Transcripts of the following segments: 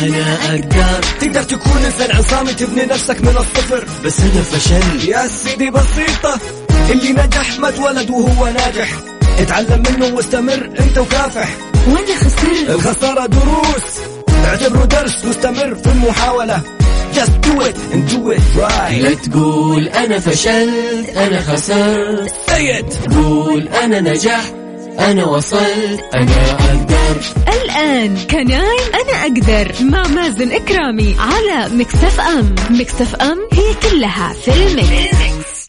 أنا أقدر. تقدر تكون إنسان عصامي تبني نفسك من الصفر، بس أنا فشل يا سيدي بسيطة. اللي نجح ما اتولد وهو ناجح، اتعلم منه واستمر انت وكافح. وانا خسرت الخسارة دروس، اعتبره درس مستمر في المحاولة. Just do it and do it right. لا تقول أنا فشلت أنا خسرت، Say it. قول أنا نجحت أنا وصلت أنا أقدر. الآن كناي أنا أقدر مع مازن إكرامي على ميكس اف ام. ميكس اف ام هي كلها في الميكس.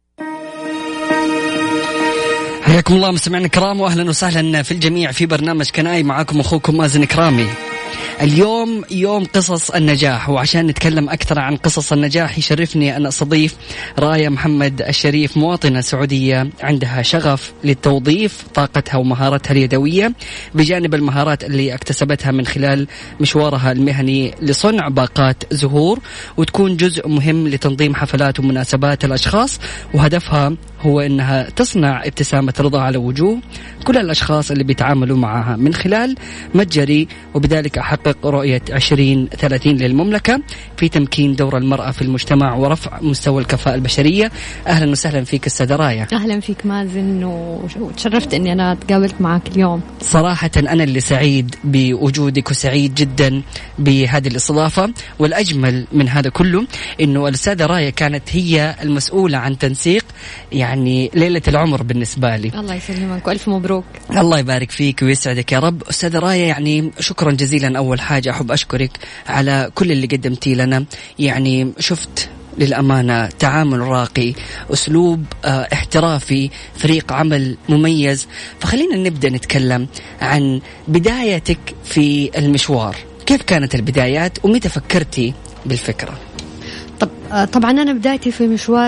حياكم الله مستمعينا الكرام واهلا وسهلا في الجميع في برنامج كناي، معكم اخوكم مازن كرامي. اليوم يوم قصص النجاح، وعشان نتكلم أكثر عن قصص النجاح يشرفني أن أستضيف راية محمد الشريف، مواطنة سعودية عندها شغف لتوظيف طاقتها ومهاراتها اليدوية بجانب المهارات اللي اكتسبتها من خلال مشوارها المهني لصنع باقات زهور، وتكون جزء مهم لتنظيم حفلات ومناسبات الأشخاص، وهدفها هو أنها تصنع ابتسامة رضا على وجوه كل الأشخاص اللي بيتعاملوا معها من خلال متجري، وبذلك أحقق رؤية 2030 للمملكة في تمكين دور المرأة في المجتمع ورفع مستوى الكفاءة البشرية. أهلا وسهلا فيك أستاذة راية. أهلا فيك مازن، وتشرفت أني أنا تقابلت معك اليوم. صراحة أنا اللي سعيد بوجودك وسعيد جدا بهذه الاستضافة، والأجمل من هذا كله أنه الأستاذة راية كانت هي المسؤولة عن تنسيق يعني ليلة العمر بالنسبة لي. الله يسلمك وألف مبروك. الله يبارك فيك ويسعدك يا رب. أستاذة راية يعني شكرا جزيلا. أول حاجة أحب أشكرك على كل اللي قدمتي لنا، يعني شفت للأمانة تعامل راقي، أسلوب احترافي، فريق عمل مميز. فخلينا نبدأ نتكلم عن بدايتك في المشوار. كيف كانت البدايات ومتى فكرتي بالفكرة؟ طبعا أنا بدايتي في مشوار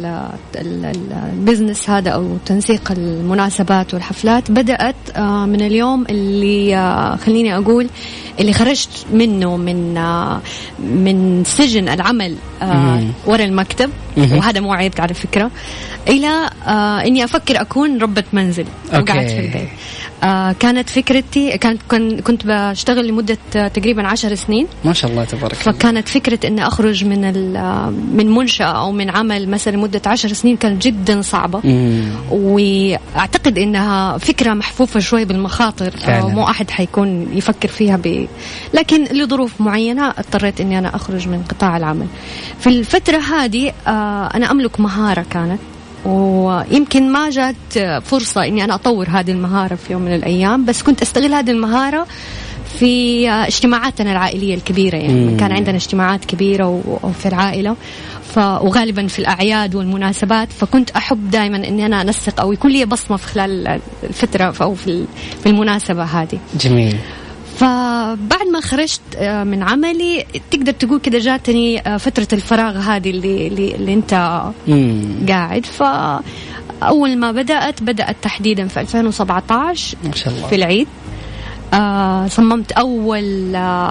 البزنس هذا أو تنسيق المناسبات والحفلات بدأت من اليوم اللي خليني أقول اللي خرجت منه من سجن العمل وراء المكتب، وهذا مو عيب على فكرة، إلى إني أفكر أكون ربة منزل وقعدت في البيت. كانت فكرتي كنت بشتغل لمدة تقريبا 10 سنين ما شاء الله تبارك الله. فكانت فكرة إن أخرج من منشأة أو من عمل مثلا لمدة 10 سنين كانت جدا صعبة. وأعتقد إنها فكرة محفوفة شوي بالمخاطر، مو أحد حيكون يفكر فيها لكن لظروف معينة اضطريت إني أنا أخرج من قطاع العمل. في الفترة هذه أنا أملك مهارة كانت، ويمكن ما جات فرصة إني أنا أطور هذه المهارة في يوم من الأيام، بس كنت أستغل هذه المهارة في اجتماعاتنا العائلية الكبيرة. يعني كان عندنا اجتماعات كبيرة وفي العائلة وغالبا في الأعياد والمناسبات، فكنت أحب دائما إني أنا أنسق أو يكون لي بصمة في خلال الفترة أو في المناسبة هذه. جميل. فبعد ما خرجت من عملي تقدر تقول كده جاتني فترة الفراغ هذه اللي انت قاعد. فأول ما بدأت تحديدا في 2017 ما شاء الله. في العيد صممت أول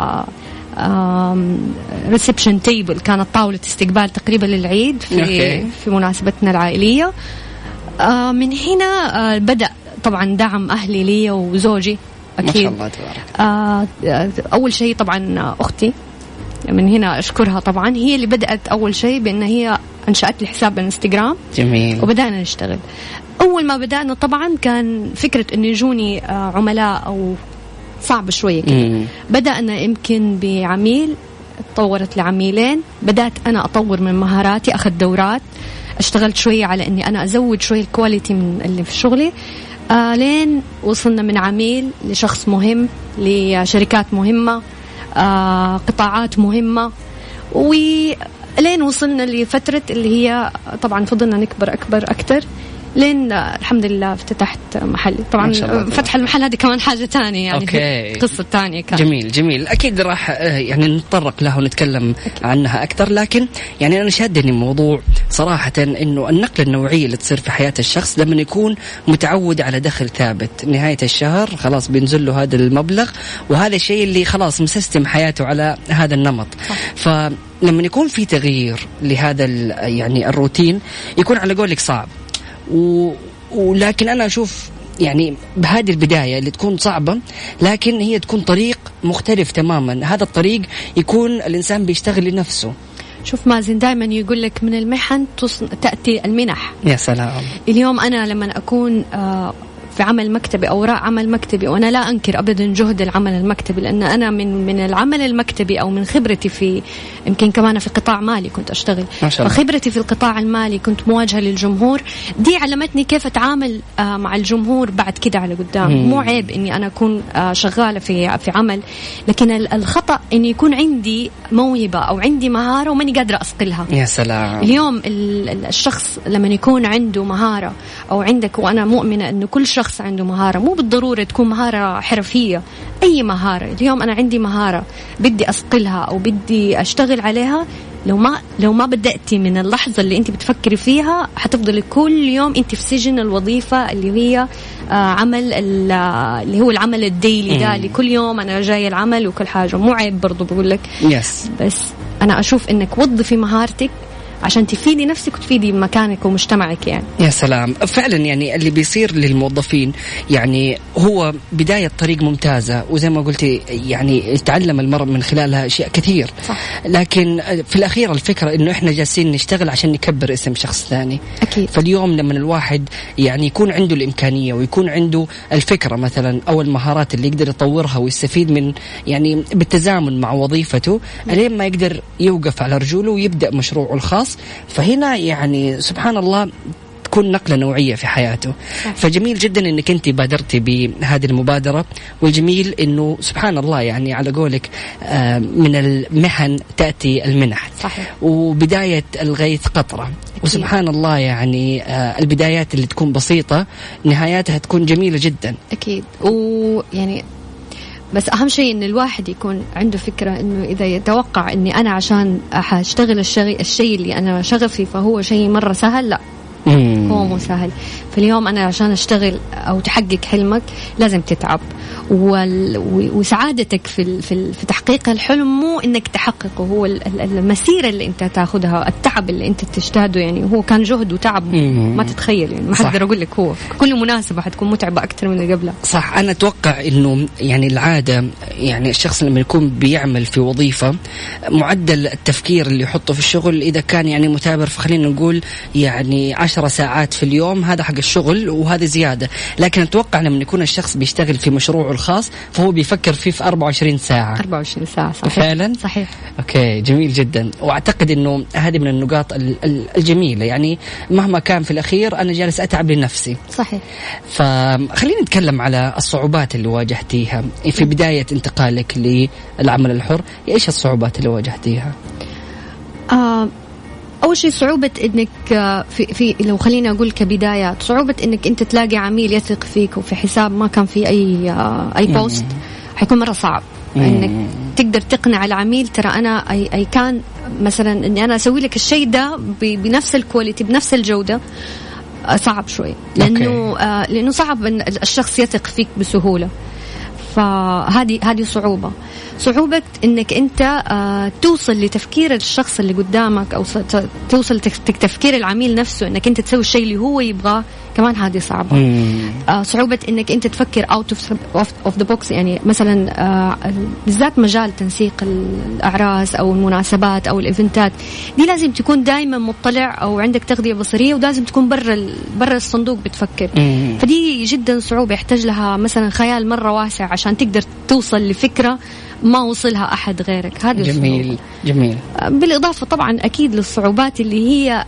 ريسبشن تيبل، كانت طاولة استقبال تقريبا للعيد في مناسبتنا العائلية. من هنا بدأ طبعا دعم أهلي لي وزوجي أكيد. ما شاء الله تبارك. أول شيء طبعا أختي، من هنا أشكرها طبعا، هي اللي بدأت أول شيء بأن هي أنشأت لي حساب انستغرام. جميل. وبدأنا نشتغل. أول ما بدأنا طبعا كان فكرة أن يجوني عملاء أو صعب شوية كده. بدأنا يمكن بعميل، تطورت لعميلين، بدأت أنا أطور من مهاراتي، أخذ دورات، اشتغلت شوية على أني أنا أزود شوية الكواليتي من اللي في شغلي، لين وصلنا من عميل لشخص مهم، لشركات مهمة، قطاعات مهمة، ولين وصلنا لفترة اللي هي طبعا فضلنا نكبر أكتر لين الحمد لله افتتحت محل. طبعا فتح المحل هذه كمان حاجة تانية، يعني قصة تانية كان. جميل أكيد راح يعني نتطرق لها ونتكلم عنها أكتر، لكن يعني أنا شادني الموضوع صراحة إنه النقلة النوعية اللي تصير في حياة الشخص لما يكون متعود على دخل ثابت، نهاية الشهر خلاص بينزل له هذا المبلغ، وهذا الشيء اللي خلاص مسيستم حياته على هذا النمط. فلما يكون في تغيير لهذا يعني الروتين يكون على قولك صعب، ولكن أنا أشوف يعني بهذه البداية اللي تكون صعبة، لكن هي تكون طريق مختلف تماما. هذا الطريق يكون الإنسان بيشتغل لنفسه. شوف مازن، دائما يقول لك من المحن تأتي المنح. يا سلام. اليوم أنا لما أكون في عمل مكتبي أو وراء عمل مكتبي، وأنا لا أنكر أبدا جهد العمل المكتبي، لأن أنا من العمل المكتبي أو من خبرتي في يمكن كمان في قطاع مالي كنت أشتغل، فخبرتي في القطاع المالي كنت مواجهة للجمهور، دي علمتني كيف أتعامل مع الجمهور بعد كده على قدام. مو عيب إني أنا أكون شغالة في عمل، لكن الخطأ إني يكون عندي موهبة أو عندي مهارة وماني قادرة أصقلها. يا سلام. اليوم الشخص لما يكون عنده مهارة أو عندك، وأنا مؤمنة إنه كل شخص عنده مهارة، مو بالضرورة تكون مهارة حرفية، أي مهارة. اليوم أنا عندي مهارة بدي أصقلها أو بدي أشتغل عليها، لو ما بدأتي من اللحظة اللي أنت بتفكري فيها حتفضلي كل يوم أنت في سجن الوظيفة اللي هي عمل اللي هو العمل الديلي ده، اللي كل يوم أنا جاي العمل وكل حاجة. مو عيب برضو بقول لك، بس أنا أشوف إنك وظفي مهارتك عشان تفيدي نفسك وتفيدي مكانك ومجتمعك يعني. يا سلام. فعلا يعني اللي بيصير للموظفين يعني هو بداية طريق ممتازة، وزي ما قلتي يعني يتعلم المرء من خلالها أشياء كثير. صح. لكن في الأخير الفكرة إنه إحنا جالسين نشتغل عشان نكبر اسم شخص ثاني. أكيد. فاليوم لما الواحد يعني يكون عنده الإمكانية ويكون عنده الفكرة مثلا أو المهارات اللي يقدر يطورها ويستفيد من يعني بالتزامن مع وظيفته، لين ما يقدر يوقف على رجوله ويبدأ مشروعه الخاص، فهنا يعني سبحان الله تكون نقلة نوعية في حياته. فجميل جدا انك انت بادرتي بهذه المبادرة، والجميل انه سبحان الله يعني على قولك من المحن تأتي المنح. صحيح. وبداية الغيث قطرة. وسبحان الله يعني البدايات اللي تكون بسيطة نهاياتها تكون جميلة جدا. أكيد. ويعني بس أهم شيء إن الواحد يكون عنده فكرة إنه إذا يتوقع إني أنا عشان أشتغل الشيء اللي أنا شغفي فهو شيء مرة سهل، لا. هو مو سهل. فاليوم أنا عشان أشتغل أو تحقق حلمك لازم تتعب، وسعادتك في تحقيق الحلم مو إنك تحققه، هو المسيرة اللي أنت تأخذها، التعب اللي أنت تجتهده. يعني هو كان جهد وتعب ما تتخيل، يعني ما أقدر أقول لك، هو كل مناسبة حتكون متعبة أكتر من اللي قبلها. صح. أنا أتوقع إنه يعني العادة يعني الشخص لما يكون بيعمل في وظيفة، معدل التفكير اللي يحطه في الشغل إذا كان يعني متابر، فخلينا نقول يعني 10 ساعات في اليوم، هذا حق الشغل وهذا زيادة. لكن أتوقع لما يكون الشخص بيشتغل في مشروعه الخاص فهو بيفكر فيه في 24 ساعة. 24 ساعة. صحيح. فعلا. صحيح. أوكي جميل جدا. وأعتقد إنه هذه من النقاط الجميلة، يعني مهما كان في الأخير أنا جالس أتعب لنفسي. صحيح. فخلينا نتكلم على الصعوبات اللي واجهتيها في بداية انتقالك للعمل الحر. إيش الصعوبات اللي واجهتيها؟ أول شيء صعوبة إنك في لو خلينا أقول كبدايات، صعوبة إنك أنت تلاقي عميل يثق فيك وفي حساب ما كان في أي بوست، حيكون مرة صعب إنك تقدر تقنع العميل ترى أنا أي كان مثلا إني أنا أسوي لك الشيء ده بنفس الكواليتي بنفس الجودة. صعب شوي لأنه صعب إن الشخص يثق فيك بسهولة. فهذه صعوبة إنك أنت توصل لتفكير الشخص اللي قدامك، أو توصل تفكير العميل نفسه إنك أنت تسوي الشيء اللي هو يبغاه، كمان هذه صعبة. صعوبة إنك أنت تفكر out of the box. يعني مثلا بالذات مجال تنسيق الأعراس أو المناسبات أو الإيفنتات، دي لازم تكون دائما مطلع أو عندك تغذية بصرية، ولازم تكون برا الصندوق بتفكر. فدي جدا صعوبة، يحتاج لها مثلا خيال مرة واسع عشان تقدر توصل لفكرة ما وصلها أحد غيرك. هذا جميل. جميل. بالإضافة طبعا أكيد للصعوبات اللي هي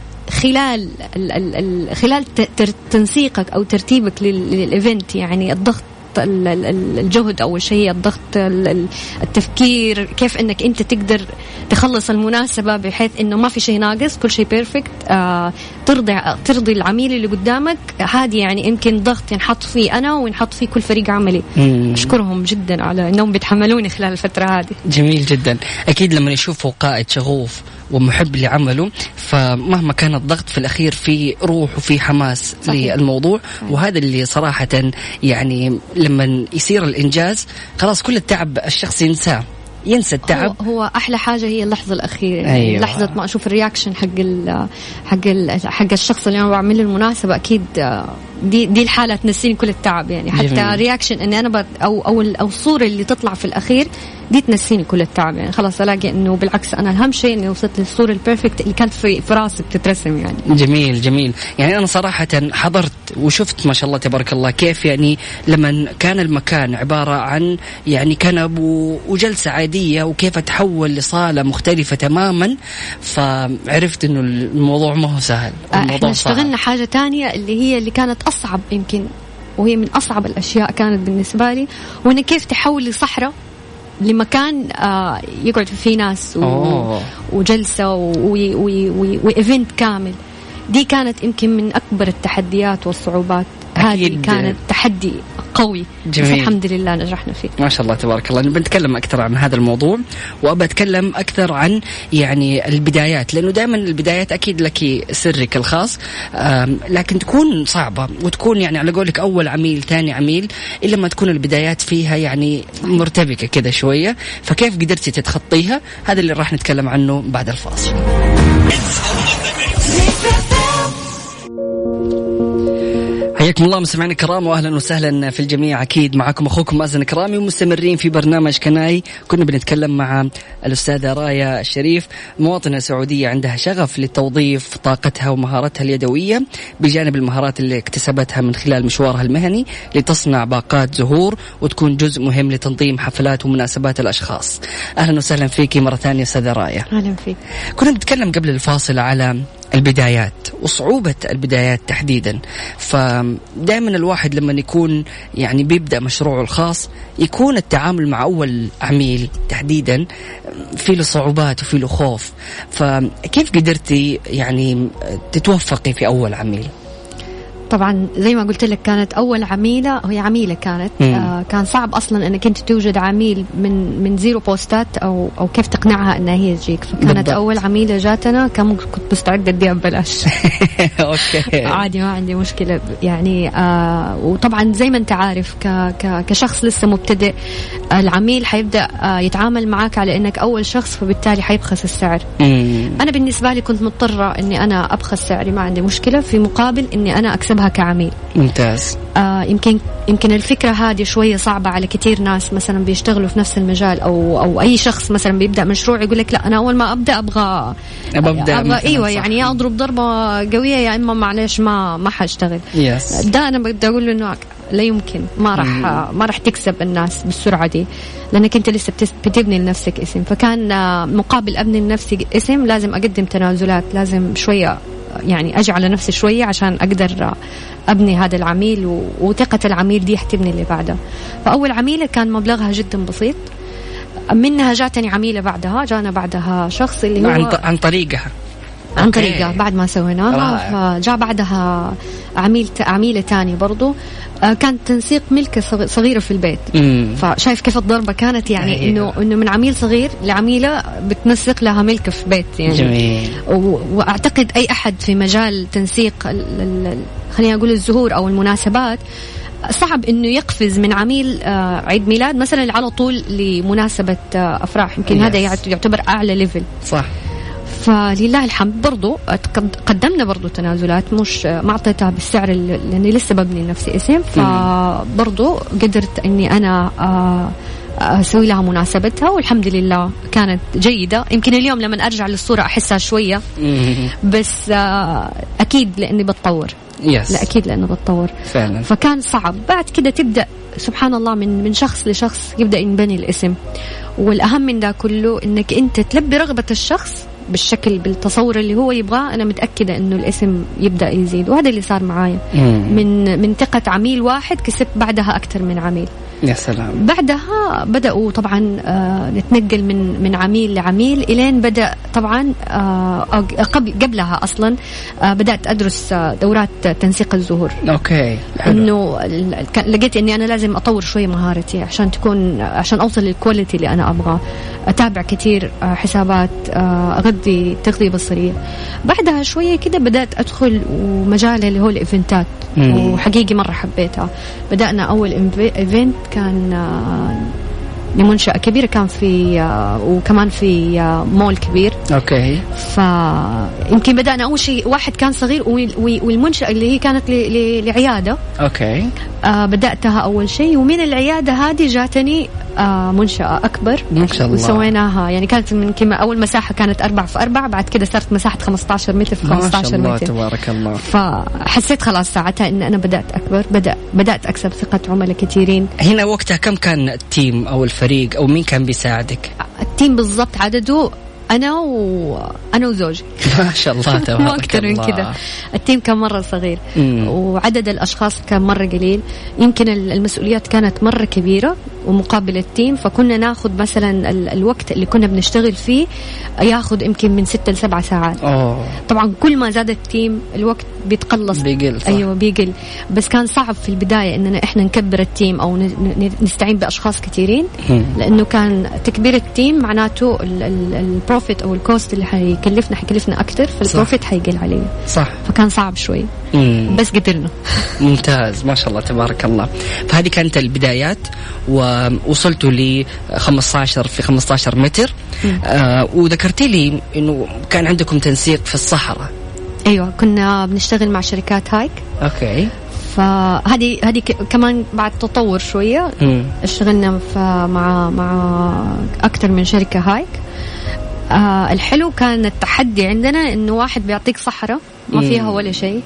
خلال تنسيقك أو ترتيبك للإيفنت، يعني الضغط، الجهد أول شيء، الضغط، التفكير، كيف إنك أنت تقدر تخلص المناسبة بحيث إنه ما في شيء ناقص، كل شيء بيرفكت، ترضي العميل اللي قدامك. هذه يعني يمكن ضغط ينحط فيه أنا وينحط فيه كل فريق عملي. أشكرهم جدا على إنهم بيتحملوني خلال الفترة هذه. جميل جدا. أكيد لما يشوفوا قائد شغوف ومحب لعمله، فمهما كان الضغط في الأخير في روح وفي حماس للموضوع. وهذا اللي صراحة يعني لما يصير الإنجاز خلاص كل التعب الشخص ينسى التعب. هو أحلى حاجة هي اللحظة الأخيرة. أيوة. لحظة ما أشوف الرياكشن حق الشخص اللي أنا بعمل المناسبة، أكيد دي الحالة تنسيني كل التعب يعني. حتى رياكشن اني انا او الصورة اللي تطلع في الاخير دي تنسيني كل التعب يعني. خلاص الاقي انه بالعكس انا اهم شيء اني وصلت للصورة البيرفكت اللي كانت في راسي بتترسم يعني. جميل يعني. انا صراحة حضرت وشفت ما شاء الله تبارك الله كيف يعني لما كان المكان عبارة عن يعني كنب وجلسة عادية وكيف تحول لصالة مختلفة تماما، فعرفت انه الموضوع ما هو سهل. احنا اشتغلنا حاجة تانية اللي كانت اصعب يمكن، وهي من اصعب الاشياء كانت بالنسبة لي، وانه كيف تحول صحراء لمكان يقعد فيه ناس وجلسة وإيفنت كامل. دي كانت يمكن من أكبر التحديات والصعوبات. هذه كانت تحدي قوي بس الحمد لله نجحنا فيه ما شاء الله تبارك الله. بنتكلم أكثر عن هذا الموضوع، وأبى أتكلم أكثر عن يعني البدايات، لأنه دائما البدايات أكيد لك سرك الخاص، لكن تكون صعبة وتكون يعني على قولك أول عميل ثاني عميل، إلا ما تكون البدايات فيها يعني مرتبكة كذا شوية. فكيف قدرتي تتخطيها؟ هذا اللي راح نتكلم عنه بعد الفاصل. حياكم الله مستمعينا الكرام واهلا وسهلا في الجميع. اكيد معكم اخوكم مازن كرامي ومستمرين في برنامج كناي. كنا بنتكلم مع الاستاذه رايا الشريف، مواطنه سعوديه عندها شغف لتوظيف طاقتها ومهاراتها اليدويه بجانب المهارات اللي اكتسبتها من خلال مشوارها المهني لتصنع باقات زهور وتكون جزء مهم لتنظيم حفلات ومناسبات الاشخاص. اهلا وسهلا فيكي مره ثانيه استاذه رايا. اهلا فيك. كنا نتكلم قبل الفاصل على البدايات وصعوبة البدايات تحديدا. فدائما الواحد لما يكون يعني بيبدأ مشروعه الخاص يكون التعامل مع أول عميل تحديدا في له صعوبات وفي له خوف. فكيف قدرتي يعني تتوفقي في أول عميل؟ طبعا زي ما قلت لك كانت أول عميلة هي عميلة كانت كان صعب أصلا أنك أنت توجد عميل من زيرو بوستات أو كيف تقنعها أنها هي تجيك. فكانت بالضبط. أول عميلة جاتنا كنت مستعدة أديها ببلاش. أوكي. عادي ما عندي مشكلة يعني. وطبعا زي ما أنت عارف كشخص لسه مبتدئ العميل حيبدأ يتعامل معك على أنك أول شخص، فبالتالي حيبخس السعر. أنا بالنسبة لي كنت مضطرة أني أنا أبخس سعري، ما عندي مشكلة، في مقابل أني أنا أكسبها كعميل. ممتاز. يمكن الفكرة هذه شوية صعبة على كتير ناس مثلا بيشتغلوا في نفس المجال أو أي شخص مثلا بيبدأ مشروع يقول لك لا أنا أول ما أبغى أيوة يعني يا أضرب ضربة قوية يا إما معلش ما حاشتغل. ده أنا بدي أقول له إنه لا يمكن، ما راح تكسب الناس بالسرعة دي، لأنك أنت لسه بتبني لنفسك اسم. فكان مقابل أبني لنفسي اسم لازم أقدم تنازلات، لازم شوية يعني أجي على نفسي شوية عشان أقدر أبني هذا العميل، وثقة العميل دي حتبني اللي بعده. فأول عميلة كان مبلغها جدا بسيط، منها جاتني عميلة جانا بعدها شخص اللي هو عن طريقها بعد ما سويناها. فجاء بعدها عميلة تاني برضو كانت تنسيق ملكة صغيرة في البيت. فشايف كيف الضربة كانت يعني إنه من عميل صغير لعميلة بتنسق لها ملكة في بيت يعني. جميل. وأعتقد أي أحد في مجال تنسيق خلينا أقول الزهور أو المناسبات صعب إنه يقفز من عميل عيد ميلاد مثلا على طول لمناسبة أفراح. يمكن هذا يعتبر أعلى ليفل. صح. فلله الحمد برضو قدمنا برضو تنازلات، مش ما أعطيتها بالسعر لأني لسه ببني لنفسي اسم. فبرضو قدرت أني أنا أسوي لها مناسبتها والحمد لله كانت جيدة. يمكن اليوم لما أرجع للصورة أحسها شوية بس أكيد لأني بتطور. لا أكيد لأنه بتطور فعلا. فكان صعب. بعد كده تبدأ سبحان الله من شخص لشخص يبدأ ينبني الاسم. والأهم من ده كله إنك أنت تلبي رغبة الشخص بالشكل بالتصور اللي هو يبغاه. أنا متأكدة إنه الاسم يبدأ يزيد، وهذا اللي صار معايا. من ثقة عميل واحد كسبت بعدها أكثر من عميل. يا سلام. بعدها بدأوا طبعا نتنقل من عميل لعميل إلين بدأ طبعا قبلها أصلا بدأت أدرس دورات تنسيق الزهور. أوكي. إنه لقيت إني أنا لازم أطور شوية مهارتي عشان أوصل للكواليتي اللي أنا أبغاه. أتابع كتير حسابات، أغذي تغذية بصرية. بعدها شوية كده بدأت أدخل مجال اللي هو الإيفنتات، وحقيقي مرة حبيتها. بدأنا أول إيفنت كان لمنشأة كبيرة كان في وكمان في مول كبير. أوكي. فيمكن بدأنا أول شيء واحد كان صغير والمنشأة اللي هي كانت لعيادة. أوكي. بدأتها أول شيء ومن العيادة هذه جاتني منشأة أكبر ما شاء الله وسويناها يعني كانت من كما أول مساحة كانت 4x4 بعد كده صارت مساحة 15 متر في 15 متر. تبارك الله. فحسيت خلاص ساعتها إن أنا بدأت أكبر بدأت أكسب ثقة عملاء كثيرين. هنا وقتها كم كان التيم أو الفريق أو مين كان بيساعدك؟ التيم بالضبط عدده أنا وزوجي. ما شاء الله تبارك الله. أكثر من كده. التيم كان مرة صغير وعدد الأشخاص كان مرة قليل. يمكن المسؤوليات كانت مرة كبيرة ومقابل التيم فكنا ناخذ مثلا الوقت اللي كنا بنشتغل فيه ياخذ يمكن من 6 ل 7 ساعات. طبعا كل ما زاد التيم الوقت بيتقلص بيقل. أيوة بيقل. بس كان صعب في البداية إننا إحنا نكبر التيم أو نستعين بأشخاص كثيرين لأنه كان تكبير التيم معناته البروفيت أو الكوست اللي حيكلفنا أكتر فالبروفيت حيقل عليه. صح. فكان صعب شوي بس قدرنا. ممتاز ما شاء الله تبارك الله. فهذه كانت البدايات ووصلتوا ل 15 في 15 متر. وذكرتي لي إنه كان عندكم تنسيق في الصحراء. أيوة كنا بنشتغل مع شركات هايك. أوكي. فهذه كمان بعد تطور شوية اشتغلنا مع أكتر من شركة هايك. الحلو كان التحدي عندنا إنه واحد بيعطيك صحراء ما فيها ولا شيء.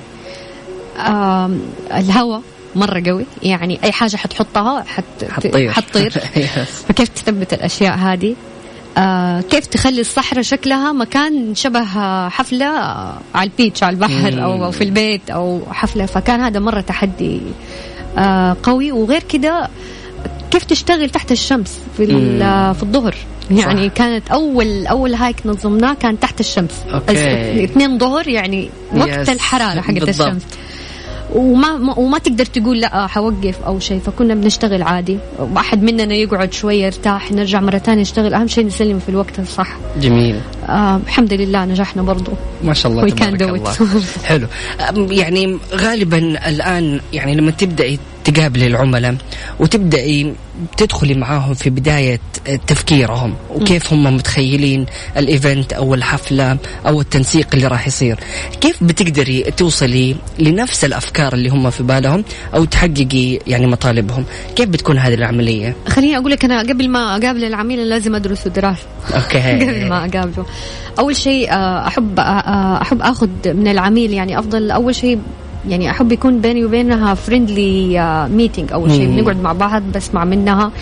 الهواء مرة قوي يعني أي حاجة حتحطها حتطير. فكيف تثبت الأشياء هذه؟ كيف تخلي الصحراء شكلها مكان شبه حفلة على البيتش على البحر أو في البيت أو حفلة. فكان هذا مرة تحدي قوي. وغير كده كيف تشتغل تحت الشمس في الظهر يعني. صح. كانت أول هايك نظمناه كان تحت الشمس. 2 ظهر يعني وقت الحرارة حقت الشمس وما تقدر تقول لا حوقف أو شيء. فكنا بنشتغل عادي واحد مننا يقعد شوية يرتاح نرجع مرة تانية نشتغل. أهم شيء نسلم في الوقت الصح. جميل. الحمد لله نجحنا برضو ما شاء الله تبارك الله. حلو. يعني غالبا الآن يعني لما تبدأي تقابلي العملاء وتبدأي تدخلي معاهم في بداية تفكيرهم وكيف هم متخيلين الإيفنت أو الحفلة أو التنسيق اللي راح يصير، كيف بتقدري توصلي لنفس الأفكار اللي هم في بالهم أو تحققي يعني مطالبهم؟ كيف بتكون هذه العملية؟ خليني أقول لك، أنا قبل ما أقابل العميل لازم أدرسه دراسة. أوكي. قبل ما أقابله أول شيء أحب أخذ من العميل يعني أفضل. أول شيء يعني أحب يكون بيني وبينها فريندلي ميتينج. أول شيء بنقعد مع بعض بسمع منها.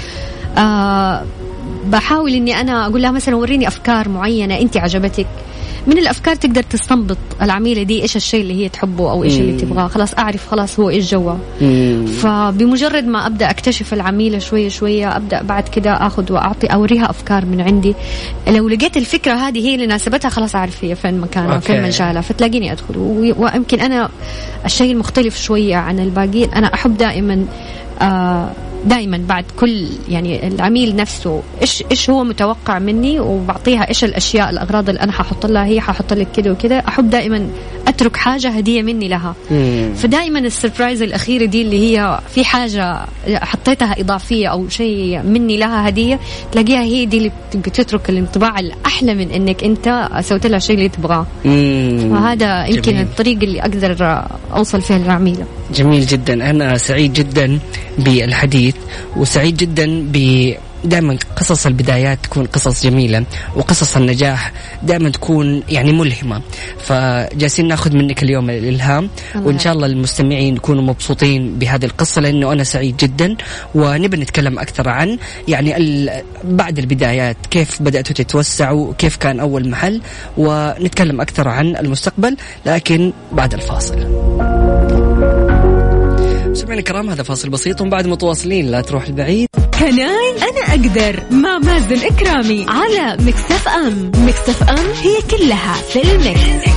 بحاول إني أنا أقول لها مثلا وريني أفكار معينة أنت عجبتك. من الأفكار تقدر تستنبط العميلة دي إيش الشيء اللي هي تحبه أو إيش اللي تبغاه. خلاص أعرف خلاص هو إيش جوا. فبمجرد ما أبدأ أكتشف العميلة شوية شوية أبدأ بعد كده أخذ وأعطي أوريها أفكار من عندي. لو لقيت الفكرة هذه هي اللي ناسبتها خلاص أعرف هي فين مكانها فين مجالها فتلاقيني أدخل. ويمكن أنا الشيء المختلف شوية عن الباقيين، أنا أحب دائما بعد كل يعني العميل نفسه إيش هو متوقع مني وبعطيها إيش الأشياء الأغراض اللي أنا ححط لها. هي ححط لك كده وكده. أحب دائما أترك حاجة هدية مني لها. فدائما السربرايز الأخيرة دي اللي هي في حاجة حطيتها إضافية أو شيء مني لها هدية، تلاقيها هي دي اللي بتترك الانطباع الأحلى من إنك أنت سويت لها شيء اللي تبغاه. وهذا يمكن الطريق اللي أقدر أوصل فيها للعميلة. جميل جدا. أنا سعيد جدا بالحديث وسعيد جدا دائما قصص البدايات تكون قصص جميلة وقصص النجاح دائما تكون يعني ملهمة. فجالسين ناخذ منك اليوم الإلهام وإن شاء الله المستمعين يكونوا مبسوطين بهذه القصة، لأنه أنا سعيد جدا. ونبي نتكلم أكثر عن يعني بعد البدايات كيف بدأتوا تتوسعوا، كيف كان أول محل، ونتكلم أكثر عن المستقبل لكن بعد الفاصل. سمعنا الكرام، هذا فاصل بسيط وبعد متواصلين، لا تروح البعيد. كناي أنا أقدر مع مازن إكرامي على مكسف أم. مكسف أم هي كلها في المكس.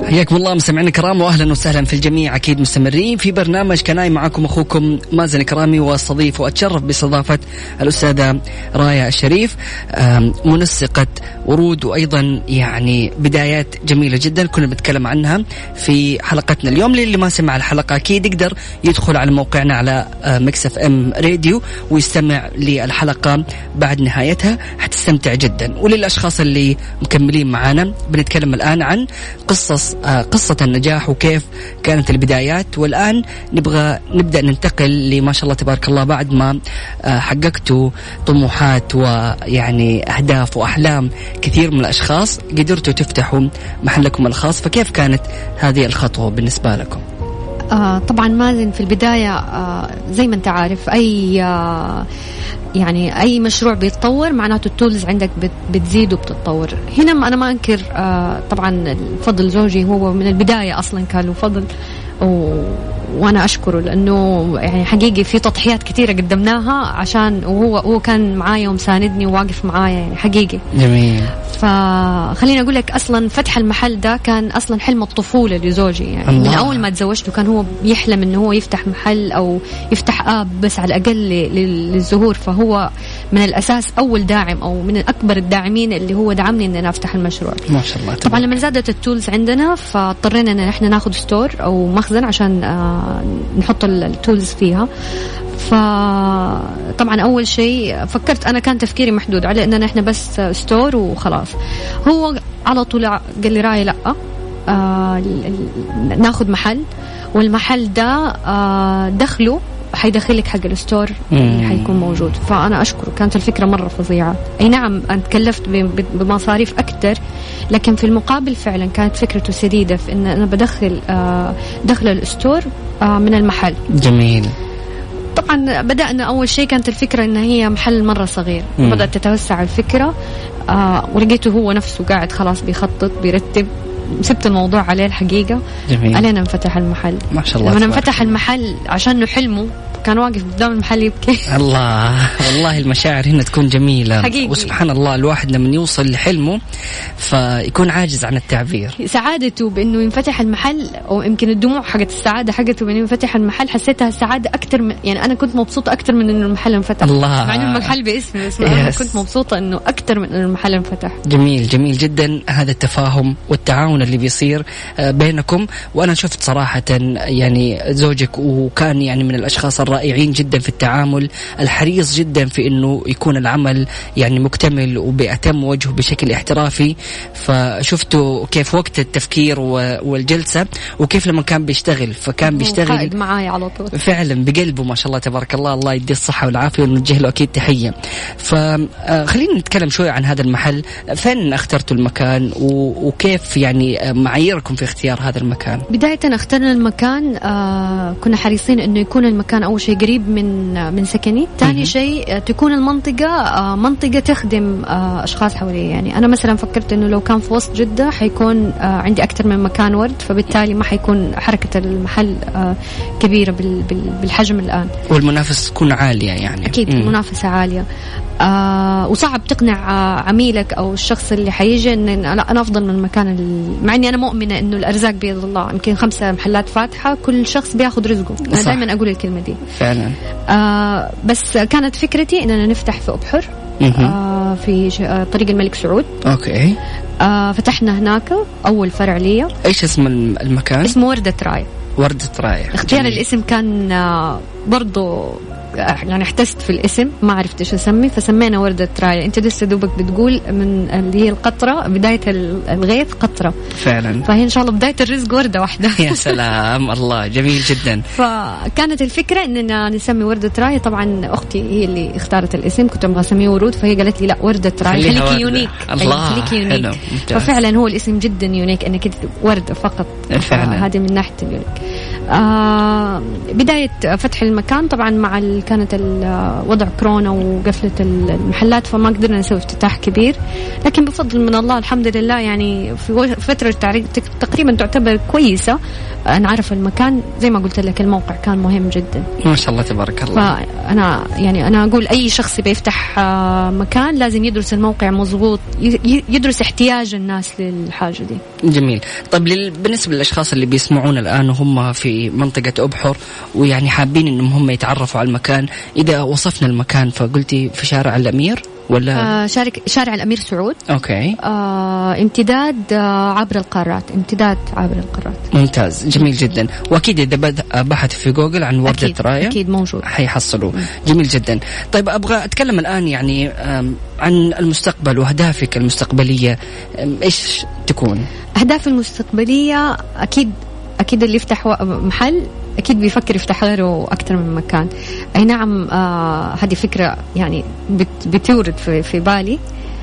حياكم الله مستمعينا الكرام واهلا وسهلا في الجميع. اكيد مستمرين في برنامج كناي، معكم اخوكم مازن كرامي، واستضيف واتشرف باستضافه الاستاذه رايا الشريف، منسقه ورود، وايضا يعني بدايات جميله جدا كنا بنتكلم عنها في حلقتنا اليوم. للي ما سمع الحلقه اكيد يقدر يدخل على موقعنا على ميكس اف ام راديو ويستمع للحلقه بعد نهايتها، حتستمتع جدا. وللاشخاص اللي مكملين معانا بنتكلم الان عن قصة النجاح وكيف كانت البدايات، والآن نبدأ ننتقل لما شاء الله تبارك الله بعد ما حققتوا طموحات ويعني أهداف وأحلام كثير من الأشخاص، قدرتوا تفتحوا محلكم الخاص. فكيف كانت هذه الخطوة بالنسبة لكم؟ طبعا مازن في البداية زي ما انت عارف يعني أي مشروع بيتطور معناته التولز عندك بتزيد وبتتطور. هنا أنا ما أنكر طبعا فضل زوجي، هو من البداية أصلا كان له فضل وأنا أشكره، لأنه يعني حقيقي في تضحيات كثيرة قدمناها عشان وهو كان معايا ومساندني وواقف معايا يعني حقيقي. جميل. فخليني أقول لك أصلا فتح المحل ده كان أصلا حلم الطفولة لزوجي يعني الله. من أول ما تزوجته كان هو يحلم إنه هو يفتح محل أو يفتح بس على الأقل للظهور. فهو من الأساس أول داعم أو من أكبر الداعمين اللي هو دعمني إن أنا أفتح المشروع. ما شاء الله. طبعا لما زادت التولز عندنا فاضطرينا إن إحنا ناخد ستور أو مخزن عشان نحط التولز فيها. فطبعا أول شيء فكرت أنا كان تفكيري محدود على إننا إحنا بس ستور وخلاص. هو على طول قال لي راي لأ، ناخد محل، والمحل ده دخله حيدخلك حق الستور اللي حيكون موجود. فأنا أشكره، كانت الفكرة مرة فظيعة. أي نعم أنا تكلفت بمصاريف أكتر، لكن في المقابل فعلا كانت فكرته سديدة في إن أنا دخل الستور من المحل. جميل. طبعا بدأنا أول شيء كانت الفكرة إن هي محل مرة صغير، بدأت تتوسع الفكرة ولقيته هو نفسه قاعد خلاص بيخطط بيرتب. سبت الموضوع عليه الحقيقة. جميل. علينا نفتح المحل. ما شاء الله. لما نفتح المحل عشان حلمه كان واقف قدام المحل يبكي. الله والله المشاعر هنا تكون جميلة حقيقي. وسبحان الله الواحد لما يوصل لحلمه فيكون عاجز عن التعبير. سعادته بأنه ينفتح المحل، أو يمكن الدموع حقت السعادة حقته بأنه ينفتح المحل حسيتها السعادة أكتر من يعني أنا كنت مبسوطة أكتر من إنه المحل انفتح. الله. مع إنه المحل باسمي بس أنا كنت مبسوطة إنه أكتر من إنه المحل انفتح. جميل جميل جدا هذا التفاهم والتعاون اللي بيصير بينكم. وأنا شفت صراحة يعني زوجك وكان يعني من الأشخاص الرائعين جدا في التعامل، الحريص جدا في إنه يكون العمل يعني مكتمل وبأتم وجه بشكل احترافي. فشفتوا كيف وقت التفكير والجلسة وكيف لما كان بيشتغل فكان بيشتغل قائد معاي على طول فعلا بقلبه ما شاء الله تبارك الله. الله يديه الصحة والعافية ونوجه له أكيد تحية. فخلينا نتكلم شوي عن هذا المحل. فين اخترتوا المكان وكيف يعني معاييركم في اختيار هذا المكان؟ بداية اخترنا المكان كنا حريصين إنه يكون المكان أول شيء قريب من سكني. ثاني شيء تكون المنطقة منطقة تخدم أشخاص حوالي. يعني أنا مثلا فكرت إنه لو كان في وسط جدة حيكون عندي أكثر من مكان ورد، فبالتالي ما حيكون حركة المحل كبيرة بالحجم الآن، والمنافسة تكون عالية يعني. أكيد المنافسة عالية. وصعب تقنع عميلك أو الشخص اللي حيجي إن أنا أفضل من المكان مع إني أنا مؤمنة إنه الأرزاق بيد الله. يمكن 5 محلات فاتحة، كل شخص بياخد رزقه. أنا دائما أقول الكلمة دي فعلا. بس كانت فكرتي إننا نفتح في أبحر في طريق الملك سعود. أوكي. فتحنا هناك أول فرع ليا. إيش اسم المكان؟ اسمه وردة راية. وردة راية. اختيار الاسم كان برضو يعني احتست في الاسم، ما عرفت ايش اسمي فسمينا وردة راية. انت لسه دوبك بتقول من اللي هي القطرة، بداية الغيث قطرة فعلا، فهي ان شاء الله بداية الرزق وردة واحدة. يا سلام الله جميل جدا. فكانت الفكرة اننا نسمي وردة راية. طبعا اختي هي اللي اختارت الاسم، كنت ابغى اسميه ورود، فهي قالت لي لا وردة راية خليكي يونيك. الله خليكي يونيك. ففعلا هو الاسم جدا يونيك انك وردة فقط. فعلا هذه من ناحية اليونيك. بداية فتح المكان طبعا مع كانت وضع كورونا وقفلة المحلات، فما قدرنا نسوي افتتاح كبير، لكن بفضل من الله الحمد لله يعني في فترة تقريبا تعتبر كويسة نعرف المكان. زي ما قلت لك الموقع كان مهم جدا ما شاء الله تبارك الله. فأنا يعني أنا أقول أي شخص بيفتح مكان لازم يدرس الموقع مضبوط، يدرس احتياج الناس للحاجة دي. جميل. طيب بالنسبة للأشخاص اللي بيسمعون الآن وهم في منطقة أبحر ويعني حابين إنهم هم يتعرفوا على المكان، إذا وصفنا المكان فقلتي في شارع الأمير ولا شارع الأمير سعود. أوكي. امتداد عبر القارات، امتداد عبر القارات. ممتاز، جميل جدا. وأكيد إذا بحث في جوجل عن وردة راية أكيد موجود حيحصلوا. جميل جدا. طيب أبغى أتكلم الآن يعني عن المستقبل وأهدافك المستقبلية، إيش تكون أهدافي المستقبلية؟ أكيد اللي يفتح محل أكيد بيفكر يفتح غيره أكتر من مكان. أي نعم، هذه فكرة يعني بتورد في بالي،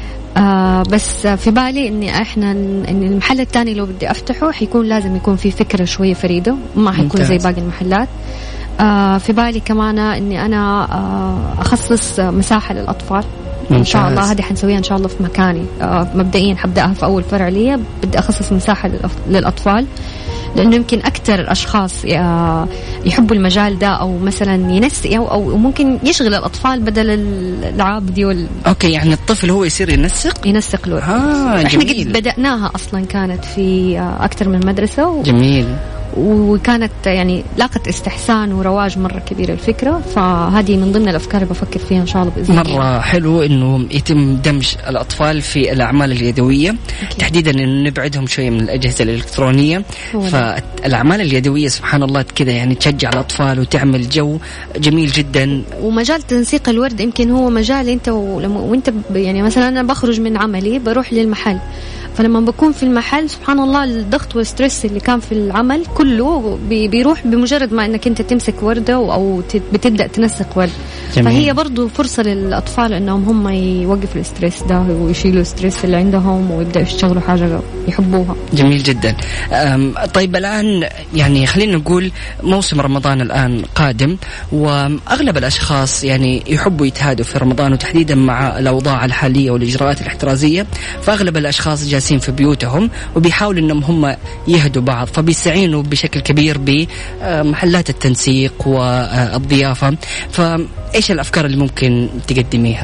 بس في بالي إن المحل الثاني لو بدي أفتحه حيكون لازم يكون في فكرة شوية فريدة، ما حيكون زي باقي المحلات. في بالي كمان إني أنا أخصص مساحة للأطفال إن شاء الله. هذه حنسويها إن شاء الله في مكاني. مبدئيا حبدأها في أول فرع لي، بدي أخصص مساحة للأطفال، لأنه يمكن أكتر أشخاص يحبوا المجال ده، أو مثلا ينسق أو ممكن يشغل الأطفال بدل الألعاب دي أوكي، يعني الطفل هو يصير ينسق له. إحنا قد بدأناها أصلا، كانت في أكتر من مدرسة جميل، وكانت يعني لاقت استحسان ورواج مرة كبير الفكرة. فهذه من ضمن الأفكار اللي بفكر فيها إن شاء الله بإذن الله. مرة حلو إنه يتم دمج الأطفال في الأعمال اليدوية. أكيد. تحديدا إنه نبعدهم شوية من الأجهزة الإلكترونية. فالأعمال اليدوية سبحان الله كذا يعني تشجع الأطفال وتعمل جو جميل جدا. ومجال تنسيق الورد يمكن هو مجال أنت وأنت يعني مثلا أنا بخرج من عملي بروح للمحل، فلما بكون في المحل سبحان الله الضغط والستريس اللي كان في العمل كله بيروح بمجرد ما انك انت تمسك وردة او بتبدأ تنسق ورد. جميل. فهي برضو فرصة للأطفال انهم هم يوقفوا الستريس ده ويشيلوا الستريس اللي عندهم ويبدأوا يشتغلوا حاجة يحبوها. جميل جدا. طيب الآن يعني خلينا نقول موسم رمضان الآن قادم، وأغلب الأشخاص يعني يحبوا يتهادوا في رمضان، وتحديدا مع الأوضاع الحالية والإجراءات الاحترازية، فأغلب الأشخاص جالسين في بيوتهم وبيحاولوا انهم هم يهدوا بعض، فبيستعينوا بشكل كبير بمحلات التنسيق والضيافة. فايش الافكار اللي ممكن تقدميها؟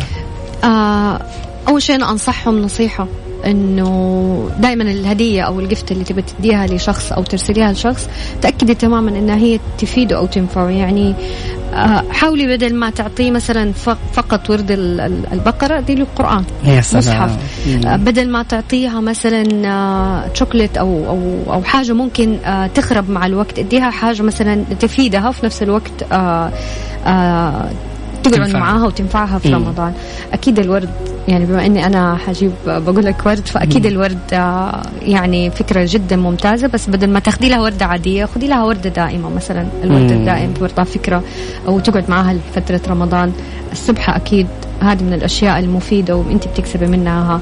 اول شيء انا انصحهم نصيحة، انه دائما الهدية او الجفت اللي تبي تديها لشخص او ترسليها لشخص تأكدي تماما انها هي تفيده او تنفعه. يعني حاولي بدل ما تعطيه مثلا فقط ورد البقرة دي له القرآن مصحف، بدل ما تعطيها مثلا شوكولات او حاجة ممكن تخرب مع الوقت، اديها حاجة مثلا تفيدها وفي نفس الوقت تقعد معاها وتنفعها في رمضان. أكيد الورد يعني بما أني أنا حجيب بقول لك ورد، فأكيد الورد يعني فكرة جدا ممتازة، بس بدل ما تاخدي لها وردة عادية خدي لها وردة دائمة مثلا. الوردة الدائم برضه فكرة، أو تقعد معاها لفترة رمضان. السبحة أكيد هذه من الأشياء المفيدة وأنت بتكسبي منها.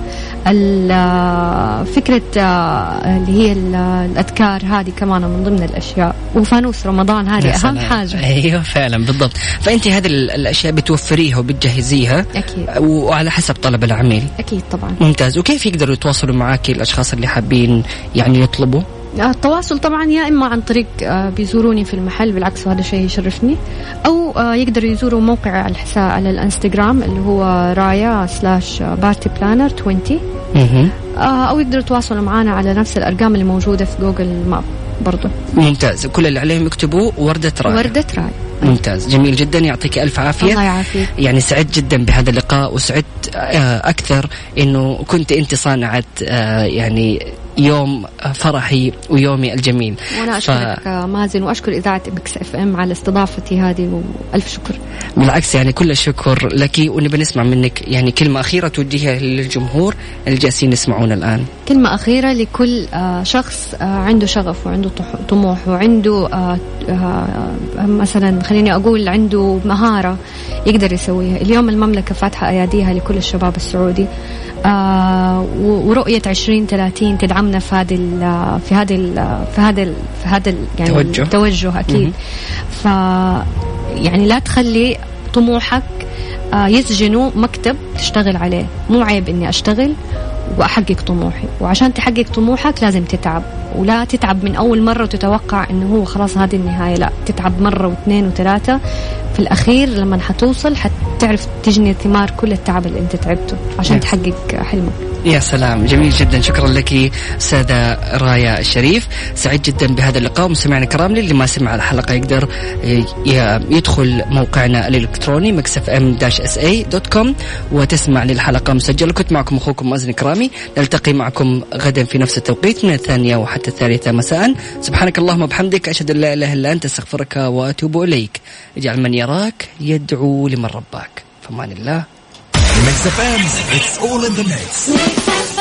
فكرة اللي هي الأذكار هذه كمان من ضمن الأشياء، وفانوس رمضان هذه أهم حاجة. أيوة فعلا بالضبط. فأنت هذه الأشياء بتوفريها وبتجهزيها أكيد، وعلى حسب طلب العميل. أكيد طبعا. ممتاز. وكيف يقدروا يتواصلوا معك الأشخاص اللي حابين يعني يطلبوا؟ التواصل طبعا يا إما عن طريق بيزوروني في المحل، بالعكس هذا شيء يشرفني، أو يقدروا يزوروا موقع على الحساب على الانستغرام اللي هو raya/partyplanner20، أو يقدروا يتواصلوا معنا على نفس الأرقام اللي موجودة في جوجل ماب برضو. ممتاز. كل اللي عليهم يكتبوا وردة راية. ممتاز، جميل جدا، يعطيك ألف عافية. الله يعافيك. يعني سعدت جدا بهذا اللقاء، وسعدت أكثر إنه كنت أنت صانعة يعني يوم فرحي ويومي الجميل. وأنا أشكرك مازن، وأشكر إذاعة ميكس اف ام على استضافتي هذه، وألف شكر. بالعكس يعني كل الشكر لك، ونبي نسمع منك يعني كلمة أخيرة توجهها للجمهور اللي جالسين يسمعون الآن. كلمة أخيرة لكل شخص عنده شغف وعنده طموح وعنده مثلا خليني أقول عنده مهارة يقدر يسويها. اليوم المملكة فاتحة أياديها لكل الشباب السعودي، ورؤية 2030 تدعمنا في هذا يعني التوجه أكيد. يعني لا تخلي طموحك يسجنوا مكتب تشتغل عليه. مو عيب إني أشتغل وأحقق طموحي، وعشان تحقق طموحك لازم تتعب، ولا تتعب من أول مرة وتتوقع إنه هو خلاص هذه النهاية. لا، تتعب مرة واثنين وثلاثة، في الأخير لما حتوصل حتعرف تجني ثمار كل التعب اللي أنت تعبته عشان تحقق حلمك. يا سلام، جميل جدا. شكرا لك أستاذة رايا الشريف، سعيد جدا بهذا اللقاء. ومستمعنا الكرام، للي ما سمع الحلقة يقدر يدخل موقعنا الإلكتروني mixfm-sa.com وتسمع للحلقة مسجلة. كنت معكم أخوكم مازن كرامي، نلتقي معكم غدا في نفس التوقيت من 2 وحتى 3 مساء. سبحانك اللهم وبحمدك، أشهد أن لا إله إلا أنت، أستغفرك وأتوب إليك. اجعل من يراك يدعو لمن رباك. فمان الله. Mix FM, it's all in the mix.